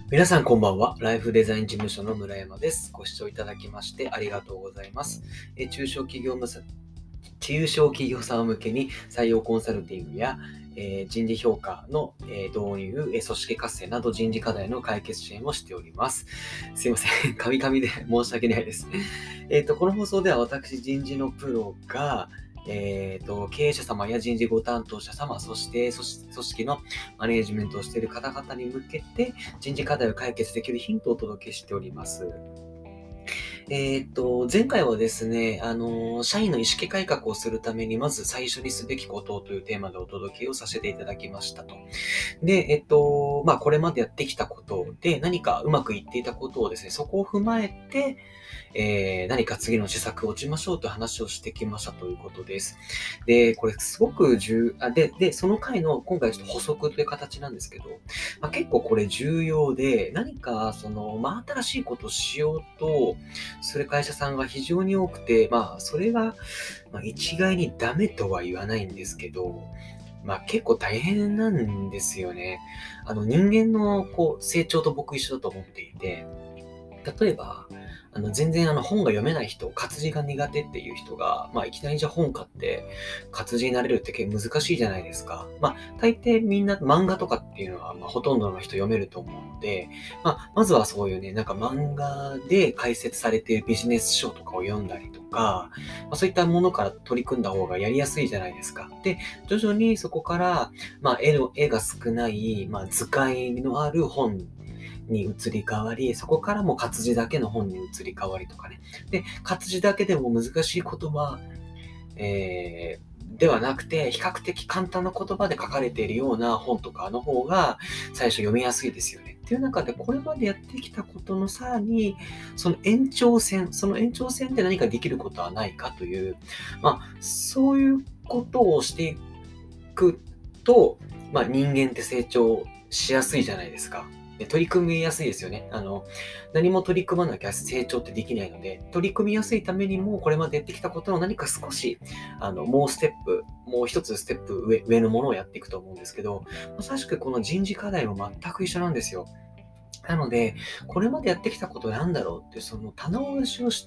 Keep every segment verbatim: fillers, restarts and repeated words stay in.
皆さんこんばんは。ライフデザイン事務所の村山です。ご視聴いただきましてありがとうございます。え中小企業むさ中小企業さん向けに採用コンサルティングや、えー人事評価の、えー導入、えー組織活性など人事課題の解決支援をしております。すいません。カミカミで申し訳ないです。えっと、この放送では私人事のプロが、えーと、経営者様や人事ご担当者様、そして組織組織のマネージメントをしている方々に向けて人事課題を解決できるヒントをお届けしております。えーっと、前回はですね、あの、社員の意識改革をするために、まず最初にすべきことというテーマでお届けをさせていただきましたと。で、えっと、まあ、これまでやってきたことで、何かうまくいっていたことをですね、そこを踏まえて、えー何か次の施策を打ちましょうという話をしてきましたということです。で、これすごく重あで、で、その回の今回ちょっと補足という形なんですけど、まあ、結構これ重要で、何かその、まあ、新しいことをしようとする会社さんが非常に多くて、まあ、それが、まあ、一概にダメとは言わないんですけど、まあ結構大変なんですよね。あの人間のこう成長と僕一緒だと思っていて、例えば、あの、全然あの本が読めない人、活字が苦手っていう人が、まあいきなりじゃあ本買って活字になれるって結構難しいじゃないですか。まあ大抵みんな漫画とかっていうのは、まあほとんどの人読めると思うので、まあまずはそういうね、なんか漫画で解説されているビジネス書とかを読んだりとか、まあそういったものから取り組んだ方がやりやすいじゃないですか。で、徐々にそこから、まあ絵の、絵が少ない、まあ図解のある本に移り変わり、そこからも活字だけの本に移り変わりとかね。で、活字だけでも難しい言葉、えーではなくて、比較的簡単な言葉で書かれているような本とかの方が最初読みやすいですよね。っていう中で、これまでやってきたことのさらに、その延長線、その延長線で何かできることはないかという、まあ、そういうことをしていくと、まあ、人間って成長しやすいじゃないですか。で取り組みやすいですよね。あの、何も取り組まなきゃ成長ってできないので、取り組みやすいためにも、これまでやってきたことの何か少し、あの、もうステップ、もう一つステップ上、上のものをやっていくと思うんですけど、まさしくこの人事課題も全く一緒なんですよ。なので、これまでやってきたことなんだろうっていう、その棚卸しをして、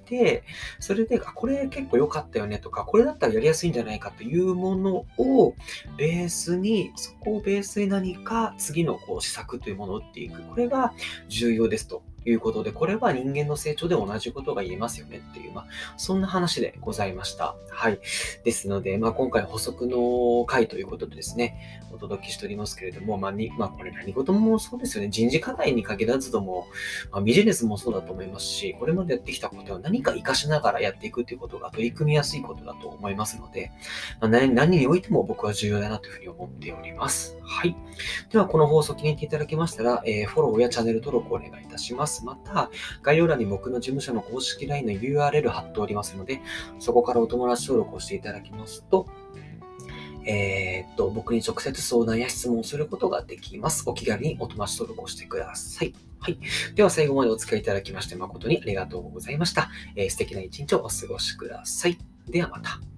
それで、あ、これ結構良かったよねとか、これだったらやりやすいんじゃないかというものをベースに、そこをベースに何か次のこう施策というものを打っていく。これが重要ですということで、これは人間の成長で同じことが言えますよねっていう、まあ、そんな話でございました。はい。ですので、まあ、今回補足の回ということでですね、お届けしておりますけれども、まあ、に、まあ、これ何事もそうですよね。人事課題に限らずとも、まあ、ビジネスもそうだと思いますし、これまでやってきたことを何か活かしながらやっていくということが取り組みやすいことだと思いますので、まあ、何何においても僕は重要だなというふうに思っております。はい。では、この放送気に入っていただけましたら、えーフォローやチャンネル登録をお願いいたします。また、概要欄に僕の事務所の公式 ライン の ユーアールエル 貼っておりますので、そこからお友達登録をしていただきますと、えーっと、僕に直接相談や質問をすることができます。お気軽にお友達登録をしてください。はい。では最後までお付き合いいただきまして誠にありがとうございました。えー素敵な一日をお過ごしください。ではまた。